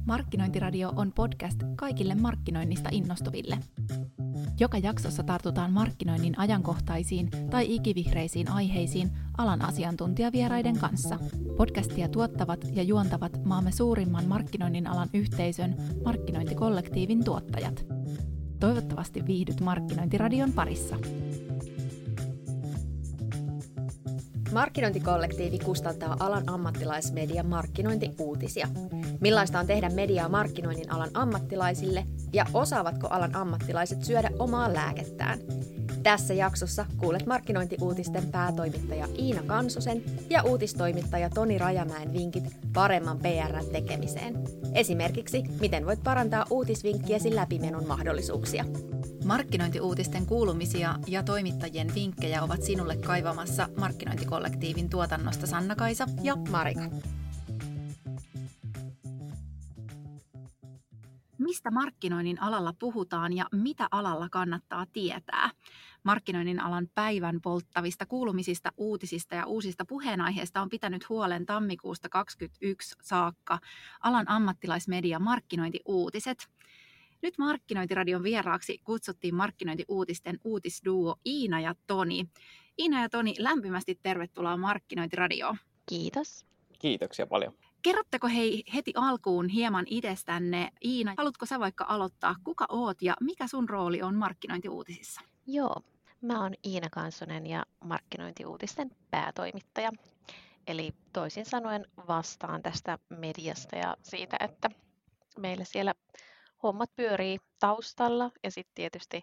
Markkinointiradio on podcast kaikille markkinoinnista innostuville. Joka jaksossa tartutaan markkinoinnin ajankohtaisiin tai ikivihreisiin aiheisiin alan asiantuntijavieraiden kanssa. Podcastia tuottavat ja juontavat maamme suurimman markkinoinnin alan yhteisön Markkinointikollektiivin tuottajat. Toivottavasti viihdyt Markkinointiradion parissa. Markkinointikollektiivi kustantaa alan ammattilaismedian markkinointiuutisia. Millaista on tehdä mediaa markkinoinnin alan ammattilaisille ja osaavatko alan ammattilaiset syödä omaa lääkettään? Tässä jaksossa kuulet markkinointiuutisten päätoimittaja Iina Kansosen ja uutistoimittaja Toni Rajamäen vinkit paremman PR:n tekemiseen. Esimerkiksi, miten voit parantaa uutisvinkkiesi läpimenon mahdollisuuksia. Markkinointiuutisten kuulumisia ja toimittajien vinkkejä ovat sinulle kaivamassa Markkinointikollektiivin tuotannosta Sanna-Kaisa ja Marika. Mistä markkinoinnin alalla puhutaan ja mitä alalla kannattaa tietää? Markkinoinnin alan päivän polttavista kuulumisista, uutisista ja uusista puheenaiheista on pitänyt huolen tammikuusta 2021 saakka alan ammattilaismedia Markkinointiuutiset. Nyt Markkinointiradion vieraaksi kutsuttiin markkinointiuutisten uutisduo Iina ja Toni. Iina ja Toni, lämpimästi tervetuloa Markkinointiradioon. Kiitos. Kiitoksia paljon. Kerrotteko heti alkuun hieman itsestänne? Iina, haluatko sä vaikka aloittaa? Kuka oot ja mikä sun rooli on markkinointiuutisissa? Joo, mä oon Iina Kansonen ja markkinointiuutisten päätoimittaja. Eli toisin sanoen vastaan tästä mediasta ja siitä, että meillä siellä hommat pyörii taustalla ja sitten tietysti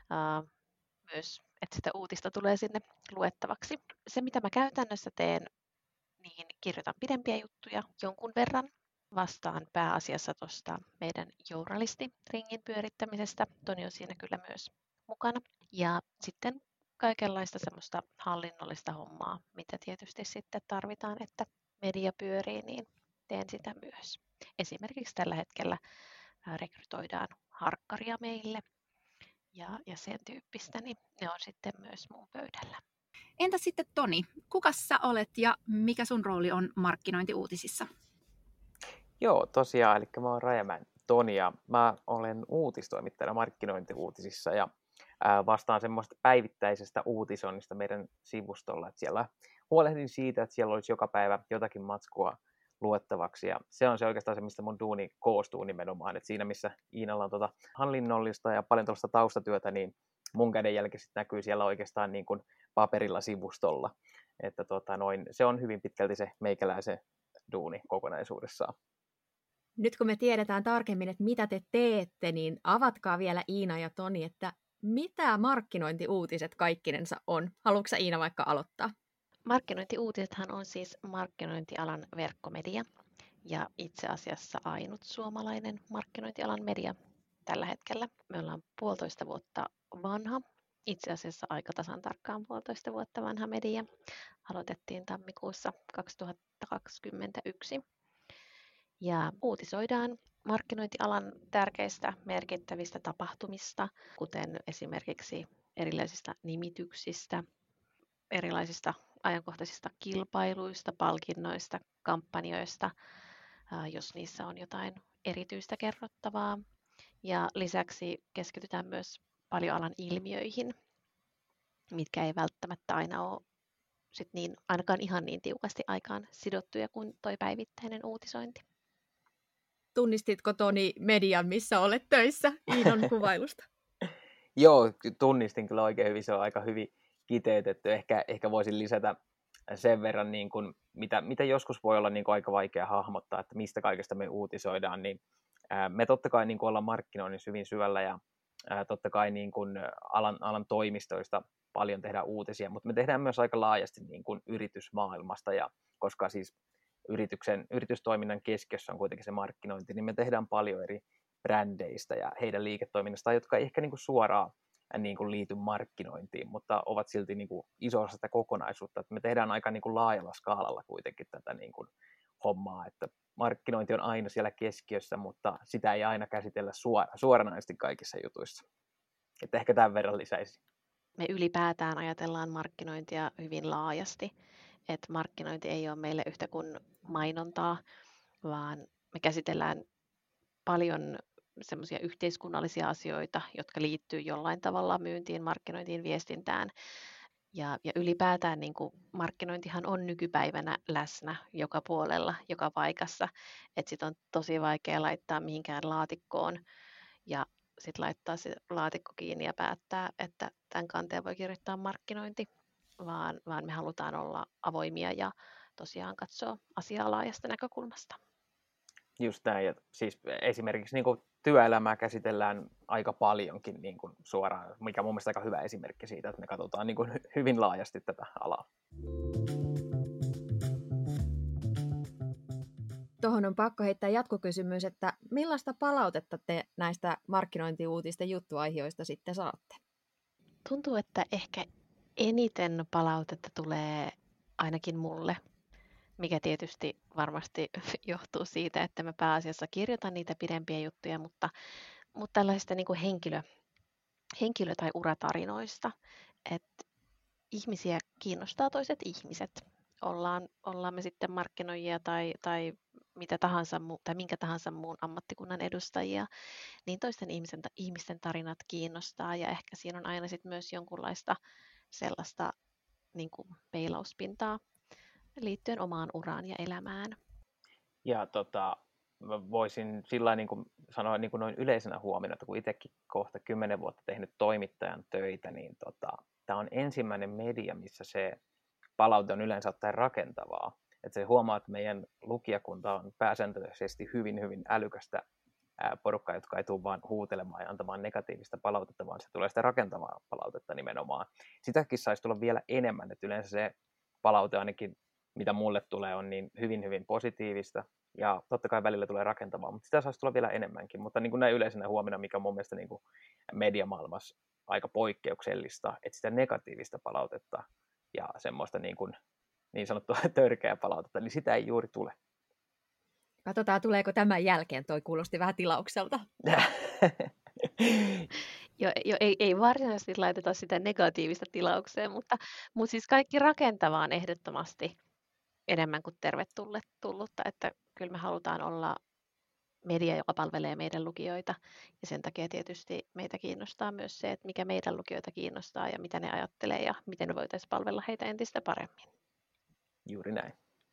myös, että sitä uutista tulee sinne luettavaksi. Se, mitä mä käytännössä teen, niin kirjoitan pidempiä juttuja jonkun verran. Vastaan pääasiassa tuosta meidän journalistiringin pyörittämisestä. Toni on siinä kyllä myös mukana. Ja sitten kaikenlaista semmoista hallinnollista hommaa, mitä tietysti sitten tarvitaan, että media pyörii, niin teen sitä myös. Esimerkiksi tällä hetkellä rekrytoidaan harkkaria meille ja sen tyyppistä, niin ne on sitten myös mun pöydällä. Entä sitten Toni, kuka sä olet ja mikä sun rooli on markkinointiuutisissa? Joo, tosiaan, eli mä oon Rajamäen Toni ja mä olen uutistoimittajana markkinointiuutisissa ja vastaan semmoista päivittäisestä uutisoinnista meidän sivustolla, että siellä huolehdin siitä, että siellä olisi joka päivä jotakin matskua luettavaksi ja se on se oikeastaan se, mistä mun duuni koostuu nimenomaan, että siinä missä Iinalla on hallinnollista ja paljon tuollaista taustatyötä, niin mun kädenjälki sitten näkyy siellä oikeastaan niin kuin paperilla sivustolla, että se on hyvin pitkälti se meikäläisen duuni kokonaisuudessaan. Nyt kun me tiedetään tarkemmin, että mitä te teette, niin avatkaa vielä Iina ja Toni, että mitä markkinointiuutiset kaikkinensa on? Haluatko sä Iina vaikka aloittaa? Markkinointiuutisethan on siis markkinointialan verkkomedia ja itse asiassa ainut suomalainen markkinointialan media tällä hetkellä. Me ollaan 1,5 vuotta vanha, itse asiassa aika tasan tarkkaan 1,5 vuotta vanha media. Aloitettiin tammikuussa 2021 ja uutisoidaan markkinointialan tärkeistä merkittävistä tapahtumista, kuten esimerkiksi erilaisista nimityksistä, erilaisista ajankohtaisista kilpailuista, palkinnoista, kampanjoista, jos niissä on jotain erityistä kerrottavaa. Ja lisäksi keskitytään myös paljon alan ilmiöihin, mitkä ei välttämättä aina ole ainakaan ihan niin tiukasti aikaan sidottuja kuin toi päivittäinen uutisointi. Tunnistitko Toni median, missä olet töissä Iinan kuvailusta? Joo, tunnistin kyllä oikein hyvin, se on aika hyvin kiteytetty. Ehkä voisin lisätä sen verran, niin kuin, mitä joskus voi olla niin kuin aika vaikea hahmottaa, että mistä kaikesta me uutisoidaan, niin me totta kai niin kuin ollaan markkinoinnissa hyvin syvällä ja totta kai niin kuin alan toimistoista paljon tehdään uutisia, mutta me tehdään myös aika laajasti niin kuin yritysmaailmasta ja koska siis yritystoiminnan keskiössä on kuitenkin se markkinointi, niin me tehdään paljon eri brändeistä ja heidän liiketoiminnasta, jotka ei ehkä niin kuin suoraan niin kuin liity markkinointiin, mutta ovat silti niin kuin iso osa sitä kokonaisuutta. Että me tehdään aika niin kuin laajalla skaalalla kuitenkin tätä niin kuin hommaa, että markkinointi on aina siellä keskiössä, mutta sitä ei aina käsitellä suoranaisesti kaikissa jutuissa. Että ehkä tämän verran lisäisin. Me ylipäätään ajatellaan markkinointia hyvin laajasti, että markkinointi ei ole meille yhtä kuin mainontaa, vaan me käsitellään paljon semmoisia yhteiskunnallisia asioita, jotka liittyy jollain tavalla myyntiin, markkinointiin, viestintään. Ja ylipäätään niin kuin markkinointihan on nykypäivänä läsnä joka puolella, joka paikassa. Että sit on tosi vaikea laittaa mihinkään laatikkoon ja sitten laittaa se laatikko kiinni ja päättää, että tämän kanteen voi kirjoittaa markkinointi, vaan me halutaan olla avoimia ja tosiaan katsoa asiaa laajasta näkökulmasta. Just näin. Ja siis esimerkiksi niin kuin työelämää käsitellään aika paljonkin niin kuin suoraan, mikä on mun mielestä aika hyvä esimerkki siitä, että me katsotaan niin kuin hyvin laajasti tätä alaa. Tuohon on pakko heittää jatkokysymys, että millaista palautetta te näistä markkinointiuutisten juttuaiheista sitten saatte? Tuntuu, että ehkä eniten palautetta tulee ainakin mulle, mikä tietysti varmasti johtuu siitä, että mä pääasiassa kirjoitan niitä pidempiä juttuja, mutta tällaisista niin kuin henkilö- tai uratarinoista, että ihmisiä kiinnostaa toiset ihmiset. Ollaan me sitten markkinoijia tai mitä tahansa tai minkä tahansa muun ammattikunnan edustajia, niin toisten ihmisten tarinat kiinnostaa ja ehkä siinä on aina sit myös jonkunlaista sellaista niin kuin peilauspintaa liittyen omaan uraan ja elämään. Ja mä voisin sillä niin kuin sanoa niin kuin noin yleisenä huomiona, että kun itsekin kohta 10 vuotta tehnyt toimittajan töitä, niin tämä on ensimmäinen media, missä se palaute on yleensä ottaen rakentavaa. Että se huomaa, että meidän lukijakunta on pääsääntöisesti hyvin, hyvin älykästä porukkaa, jotka ei tule vaan huutelemaan ja antamaan negatiivista palautetta, vaan se tulee sitä rakentavaa palautetta nimenomaan. Sitäkin saisi tulla vielä enemmän, että yleensä se palaute ainakin, mitä mulle tulee, on niin hyvin, hyvin positiivista. Ja totta kai välillä tulee rakentavaa, mutta sitä saisi tulla vielä enemmänkin. Mutta niin kuin näin yleisenä huomina, mikä on mun mielestä niin kuin mediamaailmassa aika poikkeuksellista, että sitä negatiivista palautetta ja semmoista niin sanottua törkeää palautetta, niin sitä ei juuri tule. Katsotaan, tuleeko tämän jälkeen. Toi kuulosti vähän tilaukselta. Ei varsinaisesti laiteta sitä negatiivista tilaukseen, mutta siis kaikki rakentavaa on ehdottomasti enemmän kuin tervetullutta, että kyllä me halutaan olla media, joka palvelee meidän lukijoita, ja sen takia tietysti meitä kiinnostaa myös se, että mikä meidän lukijoita kiinnostaa ja mitä ne ajattelee ja miten me voitaisiin palvella heitä entistä paremmin. Juuri näin.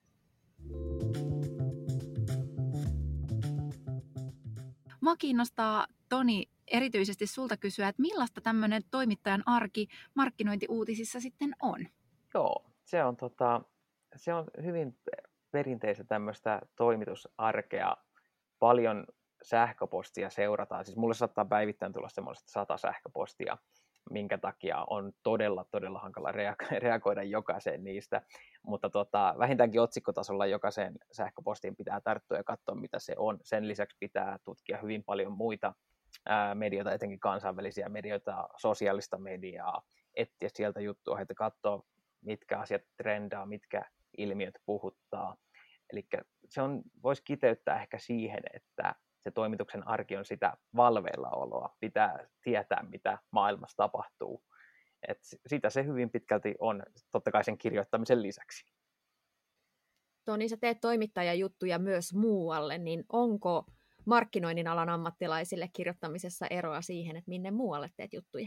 Mua kiinnostaa, Toni, erityisesti sulta kysyä, että millaista tämmöinen toimittajan arki markkinointiuutisissa sitten on? Joo, se on hyvin perinteistä tämmöistä toimitusarkea. Paljon sähköpostia seurataan. Siis mulle saattaa päivittäin tulla semmoista 100 sähköpostia, minkä takia on todella, todella hankala reagoida jokaiseen niistä. Mutta vähintäänkin otsikkotasolla jokaiseen sähköpostiin pitää tarttua ja katsoa, mitä se on. Sen lisäksi pitää tutkia hyvin paljon muita medioita, etenkin kansainvälisiä medioita, sosiaalista mediaa, etsiä sieltä juttua, että katsoa, mitkä asiat trendaa, mitkä ilmiöt puhuttaa. Eli voisi kiteyttää ehkä siihen, että se toimituksen arki on sitä valveillaoloa, pitää tietää, mitä maailmassa tapahtuu. Et sitä se hyvin pitkälti on, totta kai sen kirjoittamisen lisäksi. Toni, sä teet toimittajajuttuja myös muualle, niin onko markkinoinnin alan ammattilaisille kirjoittamisessa eroa siihen, että minne muualle teet juttuja?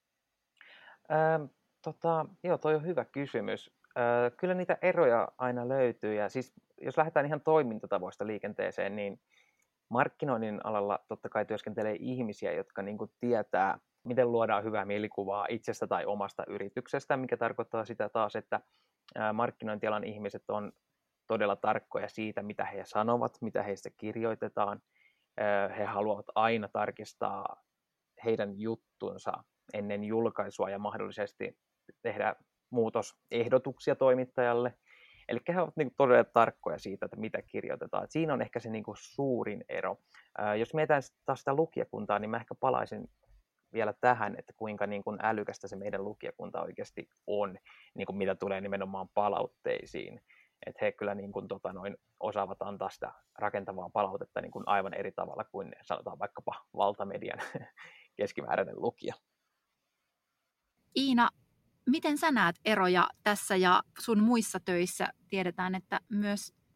Joo, toi on hyvä kysymys. Kyllä niitä eroja aina löytyy, ja siis jos lähdetään ihan toimintatavoista liikenteeseen, niin markkinoinnin alalla totta kai työskentelee ihmisiä, jotka niin kuin tietää, miten luodaan hyvää mielikuvaa itsestä tai omasta yrityksestä, mikä tarkoittaa sitä taas, että markkinointialan ihmiset on todella tarkkoja siitä, mitä he sanovat, mitä heistä kirjoitetaan. He haluavat aina tarkistaa heidän juttunsa ennen julkaisua ja mahdollisesti tehdä muutosehdotuksia toimittajalle. Eli he ovat todella tarkkoja siitä, että mitä kirjoitetaan. Siinä on ehkä se suurin ero. Jos mietitään taas sitä lukijakuntaa, niin mä ehkä palaisin vielä tähän, että kuinka älykästä se meidän lukijakunta oikeasti on, mitä tulee nimenomaan palautteisiin. Että he kyllä osaavat antaa sitä rakentavaa palautetta aivan eri tavalla kuin sanotaan vaikkapa valtamedian keskimääräinen lukija. Iina, miten sä näet eroja tässä ja sun muissa töissä? Tiedetään, että myös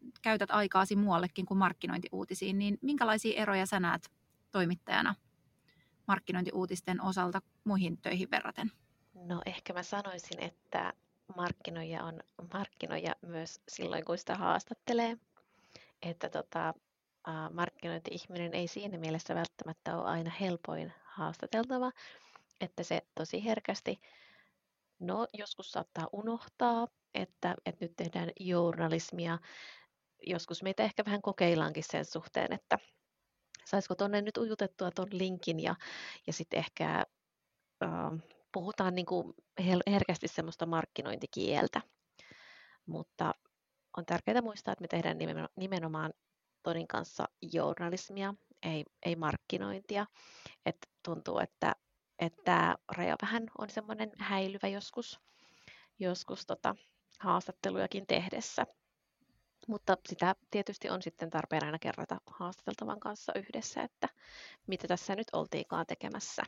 käytät aikaasi muuallekin kuin markkinointiuutisiin, niin minkälaisia eroja sä näet toimittajana markkinointiuutisten osalta muihin töihin verraten? No ehkä mä sanoisin, että markkinoija on markkinoija myös silloin, kun sitä haastattelee. Että markkinointi-ihminen ei siinä mielessä välttämättä ole aina helpoin haastateltava, että se tosi herkästi, joskus saattaa unohtaa, että nyt tehdään journalismia. Joskus meitä ehkä vähän kokeillaankin sen suhteen, että saisiko tuonne nyt ujutettua tuon linkin ja sitten ehkä puhutaan niin kuin herkästi semmoista markkinointikieltä, mutta on tärkeää muistaa, että me tehdään nimenomaan Tonin kanssa journalismia, ei markkinointia. Et tuntuu, että tämä raja vähän on semmoinen häilyvä joskus haastattelujakin tehdessä. Mutta sitä tietysti on sitten tarpeen aina kerrata haastateltavan kanssa yhdessä, että mitä tässä nyt oltiinkaan tekemässä.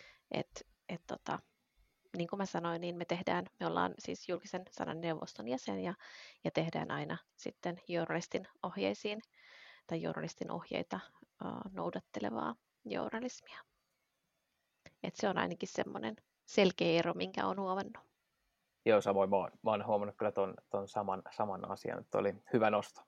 Niin kuin mä sanoin, niin me ollaan siis julkisen sanan neuvoston jäsen ja tehdään aina sitten journalistin ohjeisiin tai journalistin ohjeita noudattelevaa journalismia. Se on ainakin semmoinen selkeä ero, minkä olen huomannut. Joo, samoin mä oon huomannut kyllä ton saman asian, että oli hyvä nosto.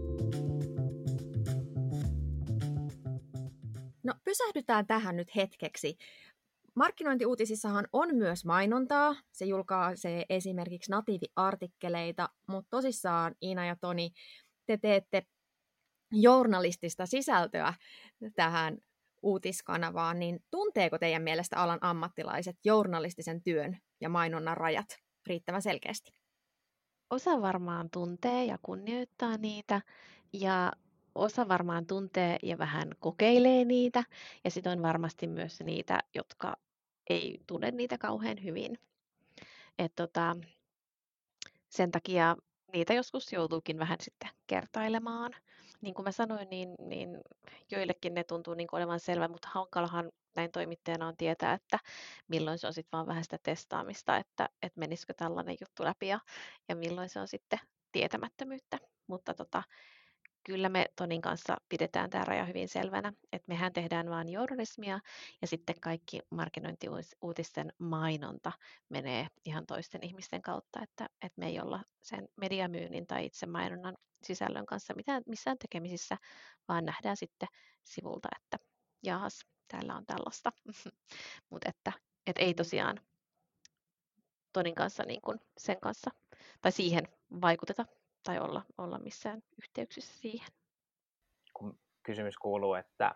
No pysähdytään tähän nyt hetkeksi. Markkinointiuutisissahan on myös mainontaa. Se julkaisee esimerkiksi natiiviartikkeleita, mutta tosissaan Iina ja Toni, te teette journalistista sisältöä tähän uutiskanavaan, niin tunteeko teidän mielestä alan ammattilaiset journalistisen työn ja mainonnan rajat riittävän selkeästi? Osa varmaan tuntee ja kunnioittaa niitä ja osa varmaan tuntee ja vähän kokeilee niitä ja sitten on varmasti myös niitä, jotka ei tunne niitä kauhean hyvin. Sen takia niitä joskus joutuukin vähän sitten kertailemaan. Niin kuin mä sanoin, niin joillekin ne tuntuu niin kuin olevan selvä, mutta hankalahan näin toimittajana on tietää, että milloin se on sitten vaan vähän sitä testaamista, että menisikö tällainen juttu läpi ja milloin se on sitten tietämättömyyttä. Mutta kyllä me Tonin kanssa pidetään tämä raja hyvin selvänä, että mehän tehdään vain journalismia ja sitten kaikki markkinointiuutisten mainonta menee ihan toisten ihmisten kautta, että me ei olla sen mediamyynnin tai itse mainonnan sisällön kanssa missään tekemisissä, vaan nähdään sitten sivulta, että jahas, täällä on tällaista, mutta että ei tosiaan Tonin kanssa niin kuin sen kanssa tai siihen vaikuteta tai olla missään yhteyksissä siihen. Kun kysymys kuuluu, että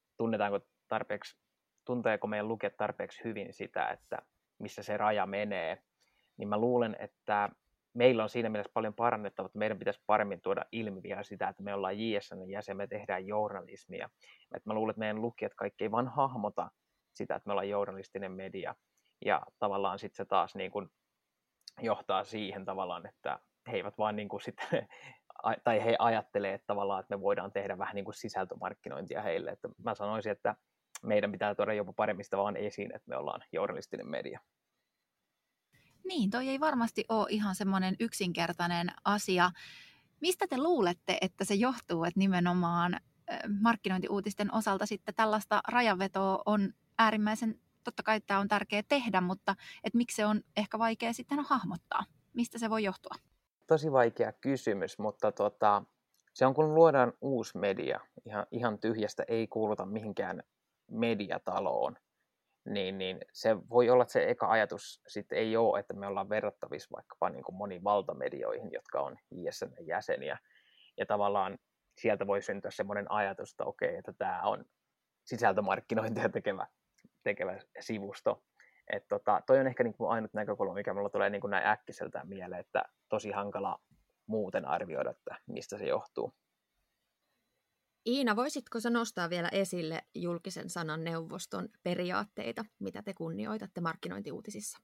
tunteeko meidän lukijat tarpeeksi hyvin sitä, että missä se raja menee, niin mä luulen, että meillä on siinä mielessä paljon parannettavaa, että meidän pitäisi paremmin tuoda ilmi vielä sitä, että me ollaan JSN jäsen, me tehdään journalismia. Mä luulen, että meidän lukijat kaikki ei vaan hahmota sitä, että me ollaan journalistinen media. Ja tavallaan sitten se taas niin kuin johtaa siihen tavallaan, että he eivät vaan niin kuin sitten, tai he ajattelee, että tavallaan, että me voidaan tehdä vähän niin kuin sisältömarkkinointia heille. Että mä sanoisin, että meidän pitää tuoda jopa paremmin sitä vaan esiin, että me ollaan journalistinen media. Niin, toi ei varmasti ole ihan semmoinen yksinkertainen asia. Mistä te luulette, että se johtuu, että nimenomaan markkinointiuutisten osalta sitten tällaista rajanvetoa on äärimmäisen, totta kai tämä on tärkeää tehdä, mutta että miksi se on ehkä vaikea sitten hahmottaa? Mistä se voi johtua? Tosi vaikea kysymys, mutta se on kun luodaan uusi media, ihan tyhjästä ei kuuluta mihinkään mediataloon, niin se voi olla, että se eka ajatus sitten ei ole, että me ollaan verrattavissa vaikkapa niin kuin moniin valtamedioihin, jotka on JSN jäseniä. Ja tavallaan sieltä voi syntyä semmoinen ajatus, että okei, että tämä on sisältömarkkinointia tekevä sivusto. Että toi on ehkä niin kuin ainut näkökulma, mikä mulla tulee niin kuin näin äkkiseltään mieleen, että tosi hankala muuten arvioida, että mistä se johtuu. Iina, voisitko sä nostaa vielä esille julkisen sanan neuvoston periaatteita, mitä te kunnioitatte markkinointiuutisissa?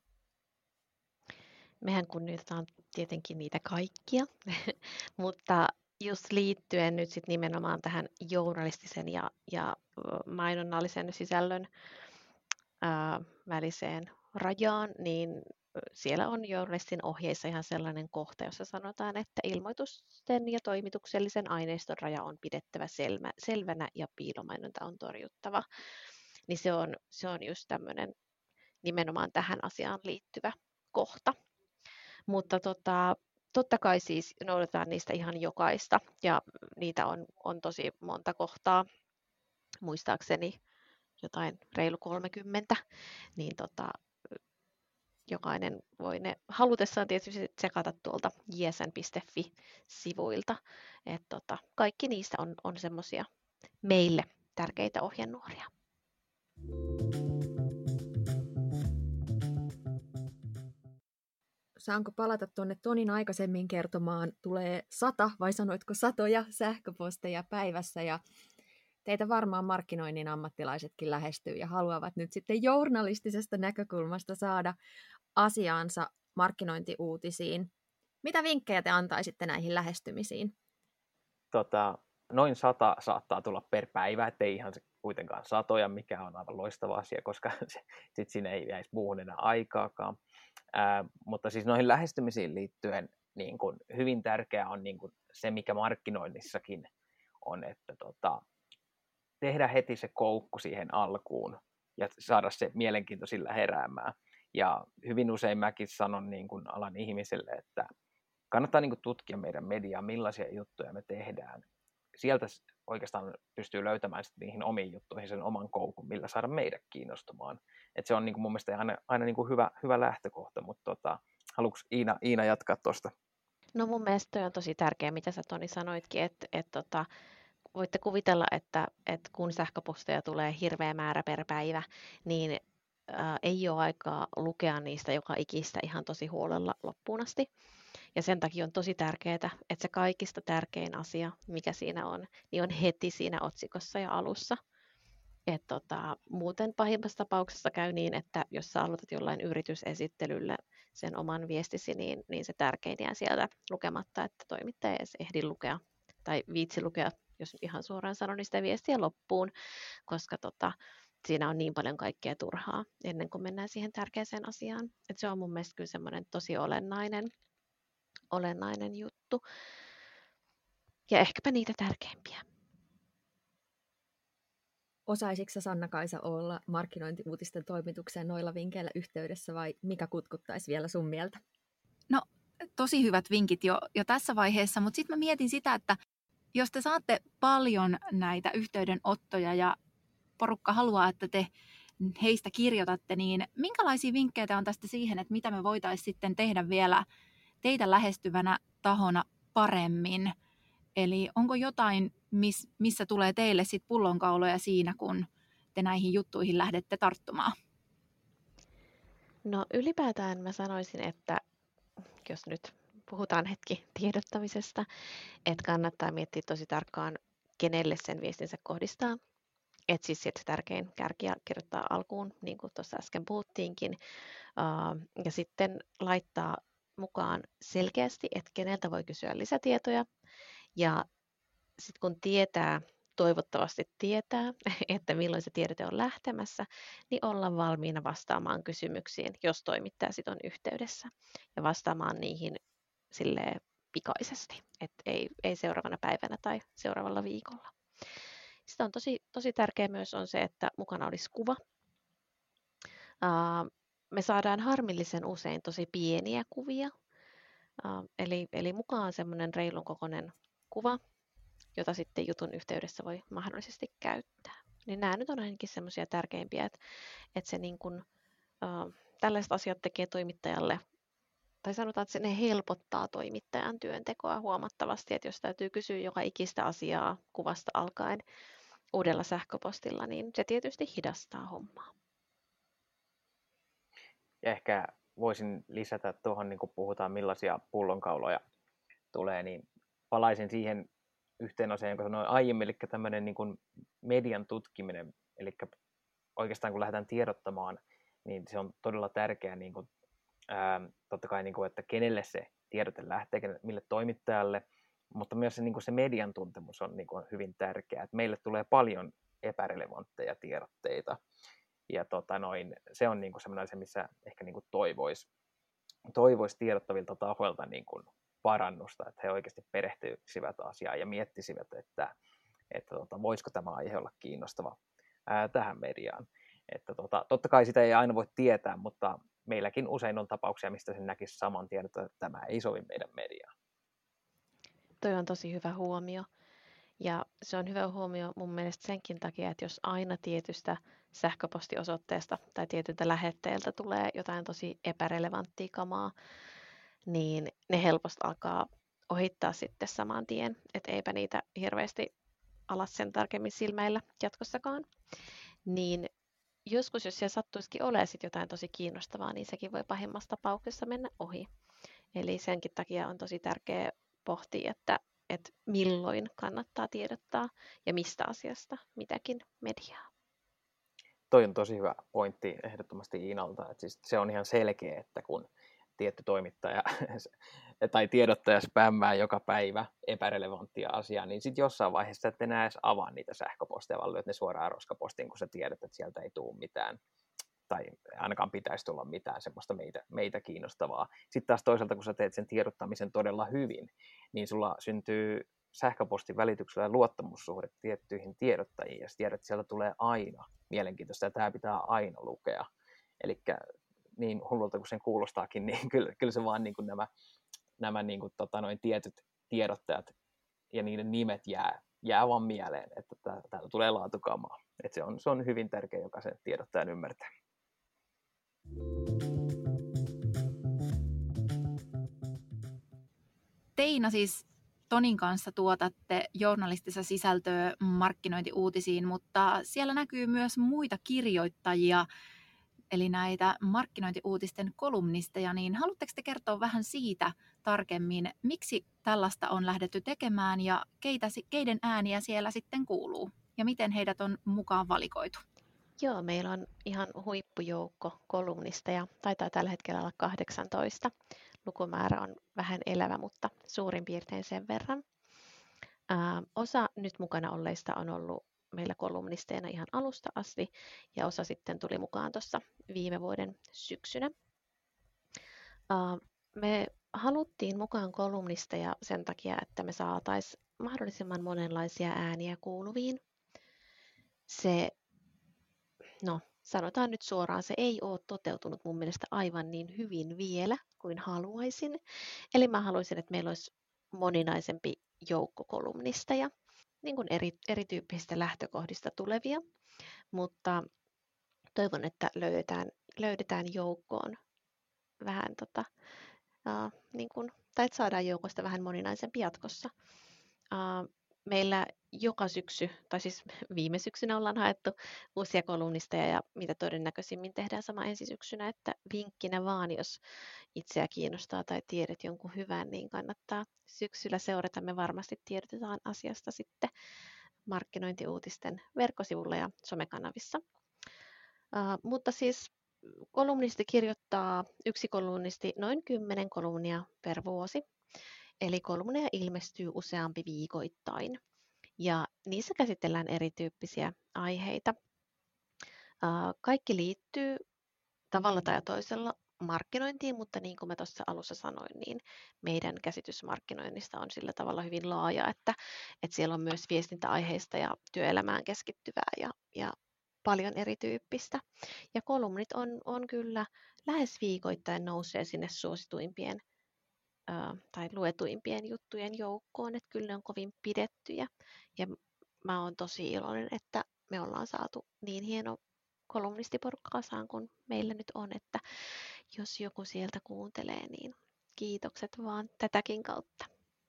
Mehän kunnioitetaan tietenkin niitä kaikkia, mutta just liittyen nyt sit nimenomaan tähän journalistisen ja mainonnallisen sisällön väliseen rajaan, niin siellä on journalistin ohjeissa ihan sellainen kohta, jossa sanotaan, että ilmoitusten ja toimituksellisen aineiston raja on pidettävä selvänä ja piilomainonta on torjuttava. Niin se on just tämmöinen nimenomaan tähän asiaan liittyvä kohta. Mutta totta kai siis noudatetaan niistä ihan jokaista, ja niitä on tosi monta kohtaa, muistaakseni jotain reilu 30, niin jokainen voi ne halutessaan tietysti tsekata tuolta jsn.fi-sivuilta. Kaikki niistä on semmoisia meille tärkeitä ohjenuoria. Saanko palata tuonne Tonin aikaisemmin kertomaan, tulee 100 vai sanoitko satoja sähköposteja päivässä ja teitä varmaan markkinoinnin ammattilaisetkin lähestyy ja haluavat nyt sitten journalistisesta näkökulmasta saada asiaansa markkinointiuutisiin. Mitä vinkkejä te antaisitte näihin lähestymisiin? Noin 100 saattaa tulla per päivä, ettei ihan kuitenkaan satoja, mikä on aivan loistava asia, koska sitten siinä ei jäisi muuhun enää aikaakaan. Mutta siis noihin lähestymisiin liittyen niin kun hyvin tärkeää on niin kun se, mikä markkinoinnissakin on, että tehdä heti se koukku siihen alkuun ja saada se mielenkiinto sillä heräämään. Ja hyvin usein mäkin sanon niin kun alan ihmiselle, että kannattaa niin kun tutkia meidän mediaa, millaisia juttuja me tehdään. Sieltä oikeastaan pystyy löytämään niihin omiin juttuihin sen oman koukun, millä saada meidät kiinnostumaan. Et se on niin kuin mun mielestä aina niin kuin hyvä lähtökohta, mutta haluatko Iina jatkaa tuosta? No mun mielestä toi on tosi tärkeää, mitä sä Toni sanoitkin, että voitte kuvitella, että kun sähköposteja tulee hirveä määrä per päivä, niin ei ole aikaa lukea niistä joka ikistä ihan tosi huolella loppuun asti. Ja sen takia on tosi tärkeää, että se kaikista tärkein asia, mikä siinä on, niin on heti siinä otsikossa ja alussa. Muuten pahimmassa tapauksessa käy niin, että jos sä aloitat jollain yritysesittelyllä sen oman viestisi, niin se tärkein jää sieltä lukematta, että toimittaja ei edes ehdi lukea tai viitsi lukea, jos ihan suoraan sanon, niin sitä viestiä loppuun, koska siinä on niin paljon kaikkea turhaa ennen kuin mennään siihen tärkeäseen asiaan. Et se on mun mielestä kyllä semmoinen tosi olennainen juttu. Ja ehkäpä niitä tärkeimpiä. Osaisitko Sanna-Kaisa olla markkinointiuutisten toimitukseen noilla vinkkeillä yhteydessä vai mikä kutkuttaisi vielä sun mieltä? No tosi hyvät vinkit jo tässä vaiheessa, mutta sitten mä mietin sitä, että jos te saatte paljon näitä yhteydenottoja ja porukka haluaa, että te heistä kirjoitatte, niin minkälaisia vinkkejä te on tästä siihen, että mitä me voitaisiin sitten tehdä vielä teitä lähestyvänä tahona paremmin? Eli onko jotain, missä tulee teille sit pullonkauloja siinä, kun te näihin juttuihin lähdette tarttumaan? No ylipäätään mä sanoisin, että jos nyt puhutaan hetki tiedottamisesta, että kannattaa miettiä tosi tarkkaan, kenelle sen viestinsä kohdistaa. Että siis se tärkein kärkiä kirjoittaa alkuun, niin kuin tuossa äsken puhuttiinkin. Ja sitten laittaa mukaan selkeästi, että keneltä voi kysyä lisätietoja. Ja sitten kun toivottavasti tietää, että milloin se tiedote on lähtemässä, niin olla valmiina vastaamaan kysymyksiin, jos toimittaja sit on yhteydessä. Ja vastaamaan niihin silleen pikaisesti, että ei seuraavana päivänä tai seuraavalla viikolla. Sitten on tosi tärkeää myös on se, että mukana olisi kuva. Me saadaan harmillisen usein tosi pieniä kuvia, eli mukaan semmoinen reilun kokoinen kuva, jota sitten jutun yhteydessä voi mahdollisesti käyttää. Niin nämä nyt on ainakin semmoisia tärkeimpiä, että se niin kuin, tällaiset asiat tekee toimittajalle, tai sanotaan, että ne helpottaa toimittajan työntekoa huomattavasti, että jos täytyy kysyä joka ikistä asiaa kuvasta alkaen uudella sähköpostilla, niin se tietysti hidastaa hommaa. Ja ehkä voisin lisätä tuohon, niin kun puhutaan millaisia pullonkauloja tulee, niin palaisin siihen yhteen asiaan, jonka sanoin aiemmin, eli tämmöinen niin kuin median tutkiminen, eli oikeastaan kun lähdetään tiedottamaan, niin se on todella tärkeää, niin kuin, totta kai, niin kuin, että kenelle se tiedote lähtee, mille toimittajalle, mutta myös se, niin kuin se median tuntemus on niin kuin hyvin tärkeää, että meille tulee paljon epärelevantteja tiedotteita, ja se on niin kuin semmoinen asia, missä ehkä niin kuin toivoisi toivoisi tiedottavilta tahoilta niin kuin parannusta, että he oikeasti perehtyisivät asiaan ja miettisivät, että voisiko tämä aihe olla kiinnostava tähän mediaan. Että totta kai sitä ei aina voi tietää, mutta meilläkin usein on tapauksia, mistä sen näkisi saman tien, että tämä ei sovi meidän mediaan. Toi on tosi hyvä huomio. Ja se on hyvä huomio mun mielestä senkin takia, että jos aina tietystä sähköpostiosoitteesta tai tietyltä lähetteeltä tulee jotain tosi epärelevanttia kamaa, niin ne helposti alkaa ohittaa sitten saman tien, että eipä niitä hirveästi ala sen tarkemmin silmäillä jatkossakaan. Niin joskus, jos siellä sattuisikin olemaan sit jotain tosi kiinnostavaa, niin sekin voi pahimmassa tapauksessa mennä ohi. Eli senkin takia on tosi tärkeää pohtia, että milloin kannattaa tiedottaa ja mistä asiasta mitäkin mediaa. Toi on tosi hyvä pointti ehdottomasti Iinalta. Että siis se on ihan selkeä, että kun tietty toimittaja tai tiedottaja spämmää joka päivä epärelevanttia asiaa, niin sitten jossain vaiheessa et enää edes avaa niitä sähköposteja, vaan lyöt ne suoraan roskapostiin, kun sä tiedät, että sieltä ei tule mitään, tai ainakaan pitäisi tulla mitään semmoista meitä kiinnostavaa. Sitten taas toisaalta, kun sä teet sen tiedottamisen todella hyvin, niin sulla syntyy sähköpostin välityksellä luottamussuhde tiettyihin tiedottajiin, ja sä tiedät, että sieltä tulee aina mielenkiintoista, ja tämä pitää aina lukea. Eli niin hullulta kuin sen kuulostaakin, niin kyllä se vaan niin kuin nämä niin kuin, tietyt tiedottajat ja niiden nimet jää vaan mieleen, että täällä tulee laatukamaa. Että se on hyvin tärkeä jokaisen tiedottajan ymmärtää. Teina siis Tonin kanssa tuotatte journalistista sisältöä markkinointiuutisiin, mutta siellä näkyy myös muita kirjoittajia, eli näitä markkinointiuutisten kolumnisteja, niin haluatteko te kertoa vähän siitä tarkemmin, miksi tällaista on lähdetty tekemään ja keiden ääniä siellä sitten kuuluu ja miten heidät on mukaan valikoitu? Joo, meillä on ihan huippujoukko kolumnisteja, taitaa tällä hetkellä olla 18. Lukumäärä on vähän elävä, mutta suurin piirtein sen verran. Osa nyt mukana olleista on ollut meillä kolumnisteina ihan alusta asti ja osa sitten tuli mukaan tuossa viime vuoden syksynä. Me haluttiin mukaan kolumnisteja sen takia, että me saataisiin mahdollisimman monenlaisia ääniä kuuluviin. Sanotaan nyt suoraan, se ei ole toteutunut mun mielestä aivan niin hyvin vielä kuin haluaisin. Eli mä haluaisin, että meillä olisi moninaisempi joukko kolumnisteja, niin kuin erityyppisistä lähtökohdista tulevia, mutta toivon, että löydetään joukkoon vähän tai että saadaan joukosta vähän moninaisempi jatkossa. Meillä joka syksy, tai siis viime syksynä ollaan haettu uusia kolumnisteja ja mitä todennäköisimmin tehdään sama ensi syksynä, että vinkkinä vaan, jos itseä kiinnostaa tai tiedät jonkun hyvän, niin kannattaa syksyllä seurata. Me varmasti tiedotetaan asiasta sitten markkinointiuutisten verkkosivulla ja somekanavissa. Mutta siis kolumnisti kirjoittaa, yksi kolumnisti noin 10 kolumnia per vuosi. Eli kolumneja ilmestyy useampi viikoittain ja niissä käsitellään erityyppisiä aiheita. Kaikki liittyy tavalla tai toisella markkinointiin, mutta niin kuin mä tuossa alussa sanoin, niin meidän käsitys markkinoinnista on sillä tavalla hyvin laaja, että siellä on myös viestintäaiheista ja työelämään keskittyvää ja paljon erityyppistä. Ja kolumnit on kyllä lähes viikoittain nousee sinne suosituimpien tai luetuimpien juttujen joukkoon, että kyllä ne on kovin pidettyjä. Ja mä oon tosi iloinen, että me ollaan saatu niin hieno kolumnistiporukka kasaan kuin meillä nyt on, että jos joku sieltä kuuntelee, niin kiitokset vaan tätäkin kautta.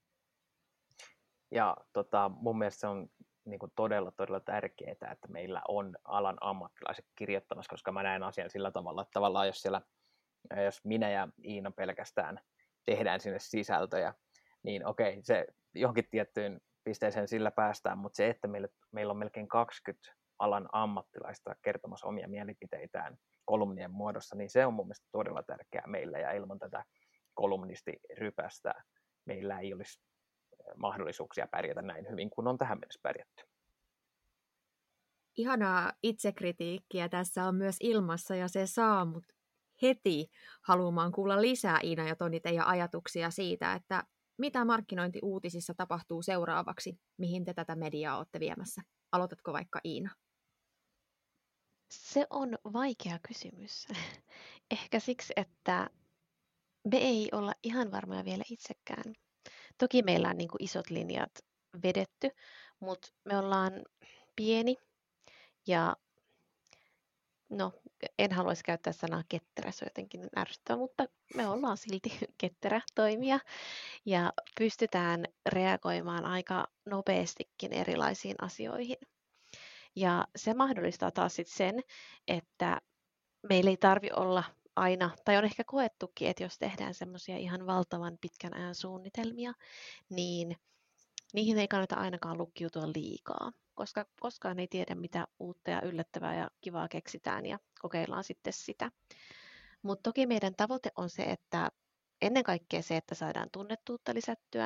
Ja mun mielestä se on niin kuin todella tärkeää, että meillä on alan ammattilaiset kirjoittamassa, koska mä näen asian sillä tavalla, että tavallaan jos minä ja Iina pelkästään tehdään sinne sisältöjä, niin okei, se johonkin tiettyyn pisteeseen sillä päästään, mutta se, että meillä on melkein 20 alan ammattilaista kertomassa omia mielipiteitään kolumnien muodossa, niin se on mun mielestä todella tärkeää meillä, ja ilman tätä kolumnistirypästä meillä ei olisi mahdollisuuksia pärjätä näin hyvin kuin on tähän mennessä pärjätty. Ihanaa itsekritiikkiä tässä on myös ilmassa ja se saa mut heti haluamaan kuulla lisää, Iina ja Toni, teidän ajatuksia siitä, että mitä markkinointiuutisissa tapahtuu seuraavaksi, mihin te tätä mediaa olette viemässä. Aloitatko vaikka Iina? Se on vaikea kysymys. Ehkä siksi, että me ei olla ihan varmoja vielä itsekään. Toki meillä on niin kuin isot linjat vedetty, mutta me ollaan pieni ja no, en haluaisi käyttää sanaa ketterä, se on jotenkin ärsyttävä, mutta me ollaan silti ketterä toimija ja pystytään reagoimaan aika nopeastikin erilaisiin asioihin. Ja se mahdollistaa taas sit sen, että meillä ei tarvitse olla aina, tai on ehkä koettukin, että jos tehdään semmoisia ihan valtavan pitkän ajan suunnitelmia, niin niihin ei kannata ainakaan lukkiutua liikaa, koska koskaan ei tiedä, mitä uutta ja yllättävää ja kivaa keksitään ja kokeillaan sitten sitä. Mutta toki meidän tavoite on se, että ennen kaikkea se, että saadaan tunnettuutta lisättyä.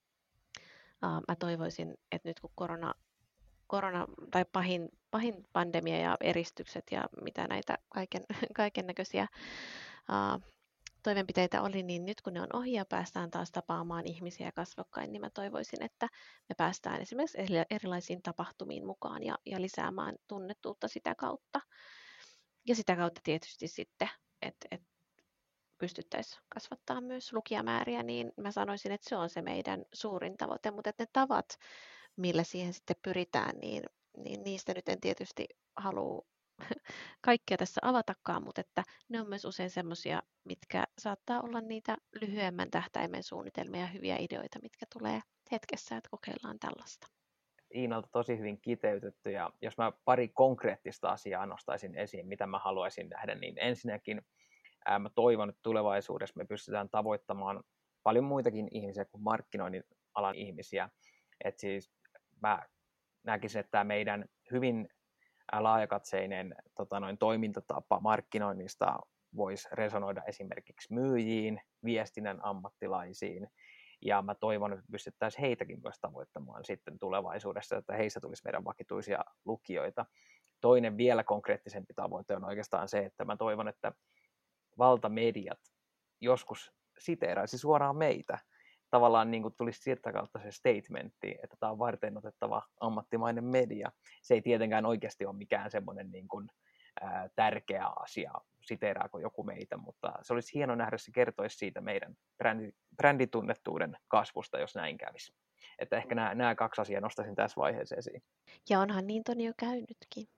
Mä toivoisin, että nyt kun korona tai pahin pandemia ja eristykset ja mitä näitä kaiken näköisiä toimenpiteitä oli, niin nyt kun ne on ohi ja päästään taas tapaamaan ihmisiä kasvokkain, niin mä toivoisin, että me päästään esimerkiksi erilaisiin tapahtumiin mukaan ja lisäämään tunnettuutta sitä kautta. Ja sitä kautta tietysti sitten, että pystyttäisiin kasvattaa myös lukijamääriä, niin mä sanoisin, että se on se meidän suurin tavoite, mutta että ne tavat, millä siihen sitten pyritään, niin niistä nyt en tietysti halua kaikkea tässä avatakaan, mutta että ne on myös usein semmoisia, mitkä saattaa olla niitä lyhyemmän tähtäimen suunnitelmia ja hyviä ideoita, mitkä tulee hetkessä, että kokeillaan tällaista. Iinalta tosi hyvin kiteytetty, ja jos mä pari konkreettista asiaa nostaisin esiin, mitä mä haluaisin nähdä, niin ensinnäkin mä toivon, että tulevaisuudessa me pystytään tavoittamaan paljon muitakin ihmisiä kuin markkinoinnin alan ihmisiä. Et siis mä näkisin, että tämä meidän hyvin laajakatseinen toimintatapa markkinoinnista voisi resonoida esimerkiksi myyjiin, viestinnän ammattilaisiin, ja mä toivon, että pystyttäisiin heitäkin myös tavoittamaan sitten tulevaisuudessa, että heistä tulisi meidän vakituisia lukijoita. Toinen vielä konkreettisempi tavoite on oikeastaan se, että mä toivon, että valtamediat joskus siteeraisi suoraan meitä. Tavallaan niin kuin tulisi sieltä kautta se statementti, että tämä on varteenotettava ammattimainen media. Se ei tietenkään oikeasti ole mikään semmoinen niin kuin, tärkeä asia, siteeraako joku meitä, mutta se olisi hieno nähdä, se kertoisi siitä meidän bränditunnettuuden kasvusta, jos näin kävisi. Että ehkä nämä kaksi asiaa nostaisin tässä vaiheessa esiin. Ja onhan niin Toni jo käynytkin.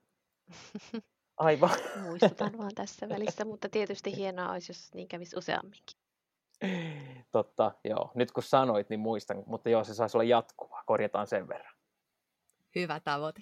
Aivan. Muistutan vaan tässä välissä, mutta tietysti hienoa olisi, jos niin kävisi useamminkin. Totta, joo. Nyt kun sanoit, niin muistan, mutta joo, se saisi olla jatkuvaa. Korjataan sen verran. Hyvä tavoite.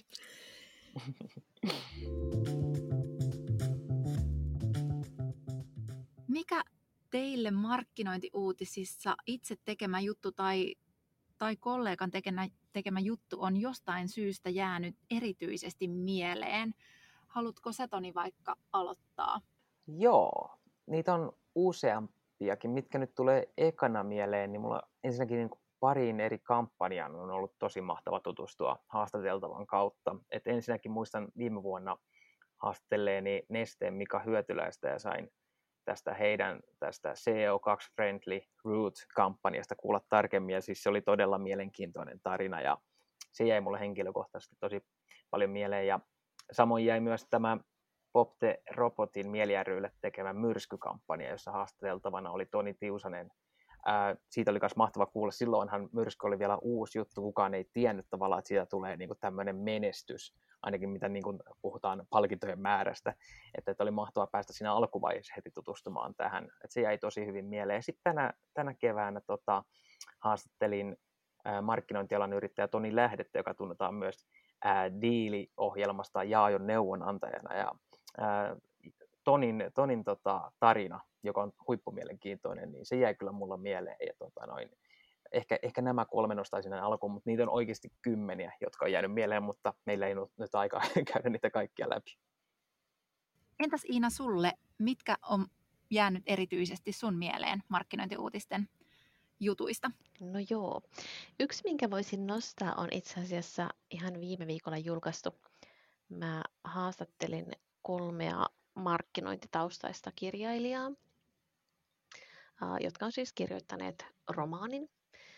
Mikä teille markkinointiuutisissa itse tekemä juttu tai kollegan tekemä juttu on jostain syystä jäänyt erityisesti mieleen? Haluatko sä, Toni, vaikka aloittaa? Joo, niitä on useampiakin. Mitkä nyt tulee ekana mieleen, niin mulla ensinnäkin niin pariin eri kampanjaan on ollut tosi mahtava tutustua haastateltavan kautta. Et ensinnäkin muistan viime vuonna haastattelleeni Nesteen Mika Hyötyläistä ja sain tästä CO2 Friendly Route-kampanjasta kuulla tarkemmin, ja siis se oli todella mielenkiintoinen tarina, ja se jäi mulle henkilökohtaisesti tosi paljon mieleen, ja samoin jäi myös tämä Pop the Robotin Mieli ry:lle tekemä myrskykampanja, jossa haastateltavana oli Toni Tiusanen. Siitä oli myös mahtava kuulla. Silloinhan myrsky oli vielä uusi juttu, kukaan ei tiennyt tavallaan, että siitä tulee niin kuin tämmöinen menestys, ainakin mitä niin kuin puhutaan palkintojen määrästä, että oli mahtavaa päästä siinä alkuvaiheessa heti tutustumaan tähän, että se jäi tosi hyvin mieleen. Sitten tänä keväänä haastattelin markkinointialan yrittäjä Toni Lähdettä, joka tunnetaan myös Diili-ohjelmasta Jaajon neuvonantajana, ja Tonin tarina, joka on huippumielenkiintoinen, niin se jäi kyllä mulla mieleen, ja ehkä nämä 3 nostaisin näin alkuun, mutta niitä on oikeasti kymmeniä, jotka on jäänyt mieleen, mutta meillä ei nyt aikaa käydä niitä kaikkia läpi. Entäs Iina sulle, mitkä on jäänyt erityisesti sun mieleen markkinointiuutisten jutuista? No joo. Yksi, minkä voisin nostaa, on itse asiassa ihan viime viikolla julkaistu. Mä haastattelin 3 markkinointitaustaista kirjailijaa, jotka on siis kirjoittaneet romaanin.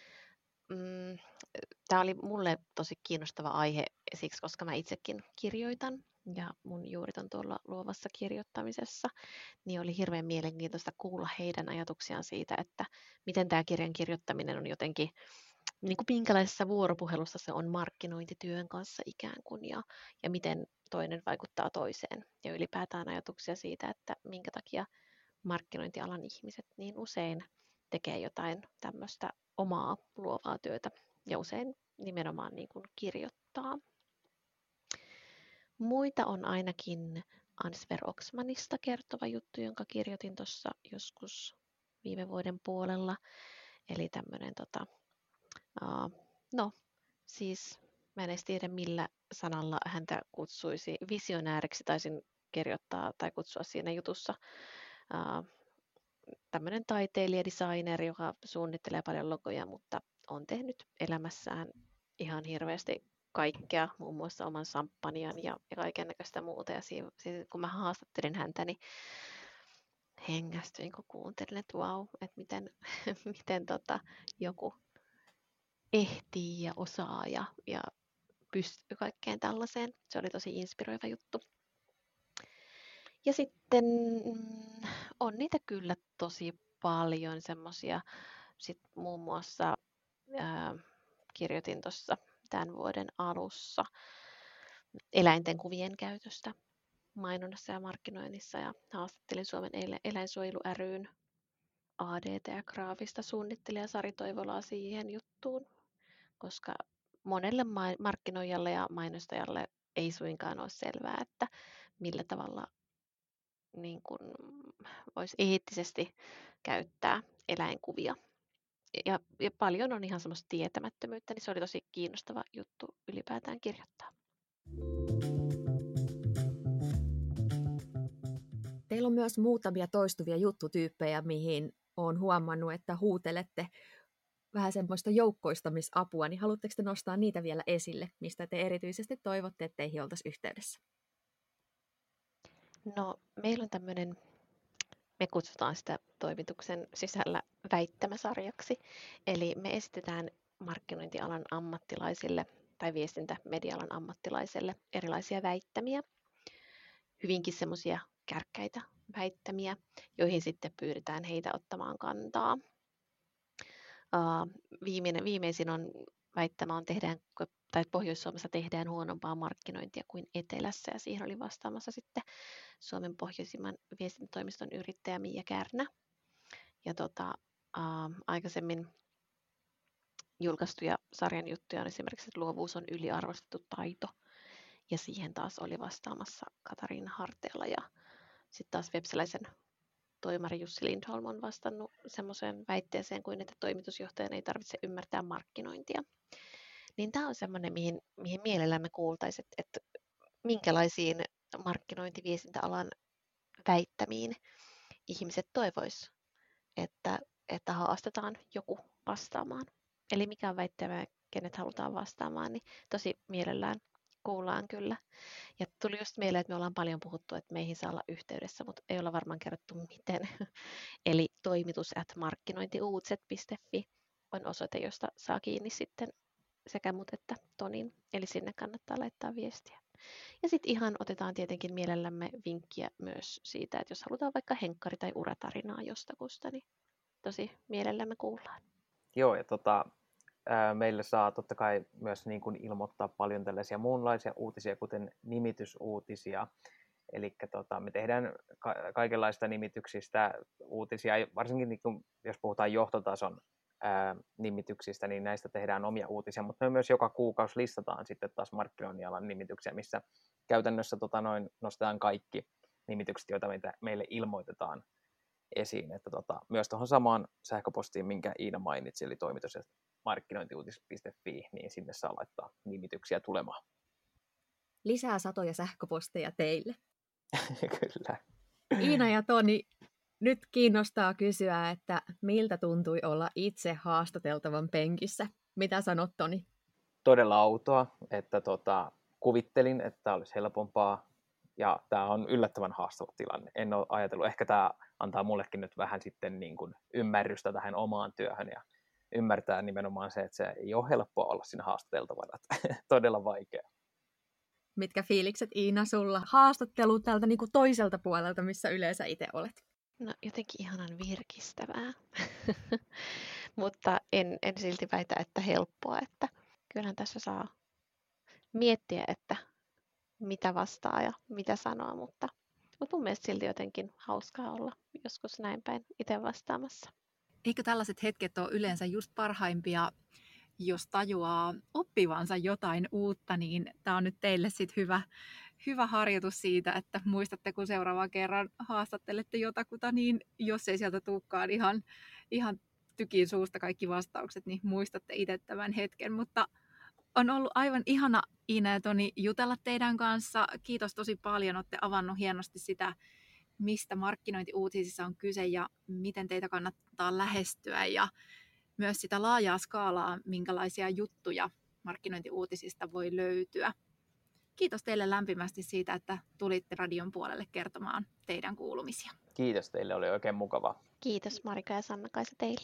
Tämä oli mulle tosi kiinnostava aihe siksi, koska mä itsekin kirjoitan ja mun juuret on tuolla luovassa kirjoittamisessa, niin oli hirveän mielenkiintoista kuulla heidän ajatuksiaan siitä, että miten tämä kirjan kirjoittaminen on jotenkin, niin kuin minkälaisessa vuoropuhelussa se on markkinointityön kanssa ikään kuin, ja miten toinen vaikuttaa toiseen. Ja ylipäätään ajatuksia siitä, että minkä takia markkinointialan ihmiset niin usein tekee jotain tämmöistä omaa luovaa työtä ja usein nimenomaan niin kuin kirjoittaa. Muita on ainakin Ansver Oxmanista kertova juttu, jonka kirjoitin tuossa joskus viime vuoden puolella. Eli tämmöinen, siis mä en edes tiedä millä sanalla häntä kutsuisi visionääriksi, taisin kirjoittaa tai kutsua siinä jutussa. Tämmöinen taiteilija, designer, joka suunnittelee paljon logoja, mutta on tehnyt elämässään ihan hirveästi kaikkea, muun muassa oman samppanjan ja kaikennäköistä muuta. Ja kun mä haastattelin häntä, niin hengästyin, kun kuuntelin, että vau, että miten joku ehtii ja osaa ja pystyy kaikkeen tällaiseen. Se oli tosi inspiroiva juttu. Ja sitten on niitä kyllä tosi paljon semmoisia. Sitten muun muassa kirjoitin tuossa tämän vuoden alussa eläinten kuvien käytöstä mainonnassa ja markkinoinnissa ja haastattelin Suomen eläinsuojelu ry:n ADT ja graafista suunnittelija Sari Toivolaa siihen juttuun, koska monelle markkinoijalle ja mainostajalle ei suinkaan ole selvää, että millä tavalla niin kuin voisi eettisesti käyttää eläinkuvia. Ja paljon on ihan semmoista tietämättömyyttä, niin se oli tosi kiinnostava juttu ylipäätään kirjoittaa. Teillä on myös muutamia toistuvia juttutyyppejä, mihin olen huomannut, että huutelette vähän semmoista joukkoistamisapua, niin haluatteko te nostaa niitä vielä esille, mistä te erityisesti toivotte, että teihin oltaisiin yhteydessä? No, meillä on tämmöinen, me kutsutaan sitä toimituksen sisällä väittämäsarjaksi, eli me esitetään markkinointialan ammattilaisille tai viestintämedia-alan ammattilaisille erilaisia väittämiä, hyvinkin semmoisia kärkkäitä väittämiä, joihin sitten pyydetään heitä ottamaan kantaa. Viimeisin on väittämä on Pohjois-Suomessa tehdään huonompaa markkinointia kuin Etelässä, ja siihen oli vastaamassa sitten Suomen pohjoisimman viestintätoimiston yrittäjä Mia Kärnä. Ja aikaisemmin julkaistuja sarjan juttuja on esimerkiksi, että luovuus on yliarvostettu taito, ja siihen taas oli vastaamassa Katariina Harteella, ja sitten taas Webseläisen toimari Jussi Lindholm on vastannut semmoiseen väitteeseen kuin, että toimitusjohtajan ei tarvitse ymmärtää markkinointia. Niin tämä on semmoinen, mihin mielellämme kuultaisiin, että minkälaisiin markkinointiviestintäalan väittämiin ihmiset toivois, että haastetaan joku vastaamaan. Eli mikä on väittämä, kenet halutaan vastaamaan, niin tosi mielellään kuullaan kyllä. Ja tuli just mieleen, että me ollaan paljon puhuttu, että meihin saa olla yhteydessä, mutta ei olla varmaan kerrottu miten. Eli toimitus@markkinointiuutiset.fi on osoite, josta saa kiinni sitten sekä mut että Tonin. Eli sinne kannattaa laittaa viestiä. Ja sitten ihan otetaan tietenkin mielellämme vinkkiä myös siitä, että jos halutaan vaikka henkkari- tai uratarinaa jostakusta, niin tosi mielellämme kuullaan. Joo, ja meille saa totta kai myös niin kuin ilmoittaa paljon tällaisia muunlaisia uutisia, kuten nimitysuutisia. Eli me tehdään kaikenlaista nimityksistä uutisia, varsinkin niin kuin, jos puhutaan johtotason nimityksistä, niin näistä tehdään omia uutisia, mutta me myös joka kuukausi listataan sitten taas markkinointialan nimityksiä, missä käytännössä nostetaan kaikki nimitykset, joita meille ilmoitetaan esiin. Että myös tuohon samaan sähköpostiin, minkä Iina mainitsi, eli toimitus@markkinointiuutiset.fi, niin sinne saa laittaa nimityksiä tulemaan. Lisää satoja sähköposteja teille. Kyllä. Iina ja Toni, nyt kiinnostaa kysyä, että miltä tuntui olla itse haastateltavan penkissä? Mitä sanot, Toni? Todella outoa, että kuvittelin, että olisi helpompaa Ja tämä on yllättävän haastava tilanne. En ole ajatellut, ehkä tämä antaa mullekin nyt vähän sitten niin kuin ymmärrystä tähän omaan työhön ja ymmärtää nimenomaan se, että se ei ole helppoa olla siinä haastateltavana. Todella vaikea. Mitkä fiilikset, Iina, sulla haastattelu tältä niin kuin toiselta puolelta, missä yleensä itse olet? No jotenkin ihanan virkistävää, mutta en silti väitä, että helppoa, että kyllähän tässä saa miettiä, että mitä vastaa ja mitä sanoa, mutta mun mielestä silti jotenkin hauskaa olla joskus näin päin itse vastaamassa. Eikö tällaiset hetket ole yleensä just parhaimpia, jos tajuaa oppivansa jotain uutta, niin tämä on nyt teille sitten hyvä harjoitus siitä, että muistatte, kun seuraavan kerran haastattelette jotakuta, niin jos ei sieltä tulekaan ihan tykin suusta kaikki vastaukset, niin muistatte itse tämän hetken. Mutta on ollut aivan ihana, Iina ja Toni, jutella teidän kanssa. Kiitos tosi paljon, olette avannut hienosti sitä, mistä markkinointiuutisissa on kyse ja miten teitä kannattaa lähestyä ja myös sitä laajaa skaalaa, minkälaisia juttuja markkinointiuutisista voi löytyä. Kiitos teille lämpimästi siitä, että tulitte radion puolelle kertomaan teidän kuulumisia. Kiitos teille, oli oikein mukavaa. Kiitos Marika ja Sanna-Kaisa teille.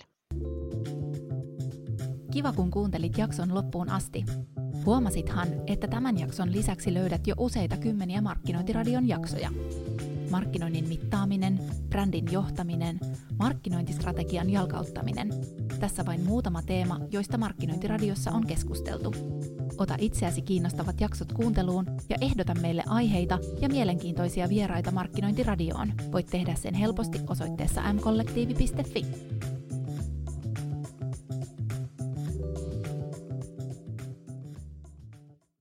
Kiva, kun kuuntelit jakson loppuun asti. Huomasithan, että tämän jakson lisäksi löydät jo useita kymmeniä Markkinointiradion jaksoja. Markkinoinnin mittaaminen, brändin johtaminen, markkinointistrategian jalkauttaminen. Tässä vain muutama teema, joista Markkinointiradiossa on keskusteltu. Ota itseäsi kiinnostavat jaksot kuunteluun ja ehdota meille aiheita ja mielenkiintoisia vieraita Markkinointiradioon. Voit tehdä sen helposti osoitteessa mkollektiivi.fi.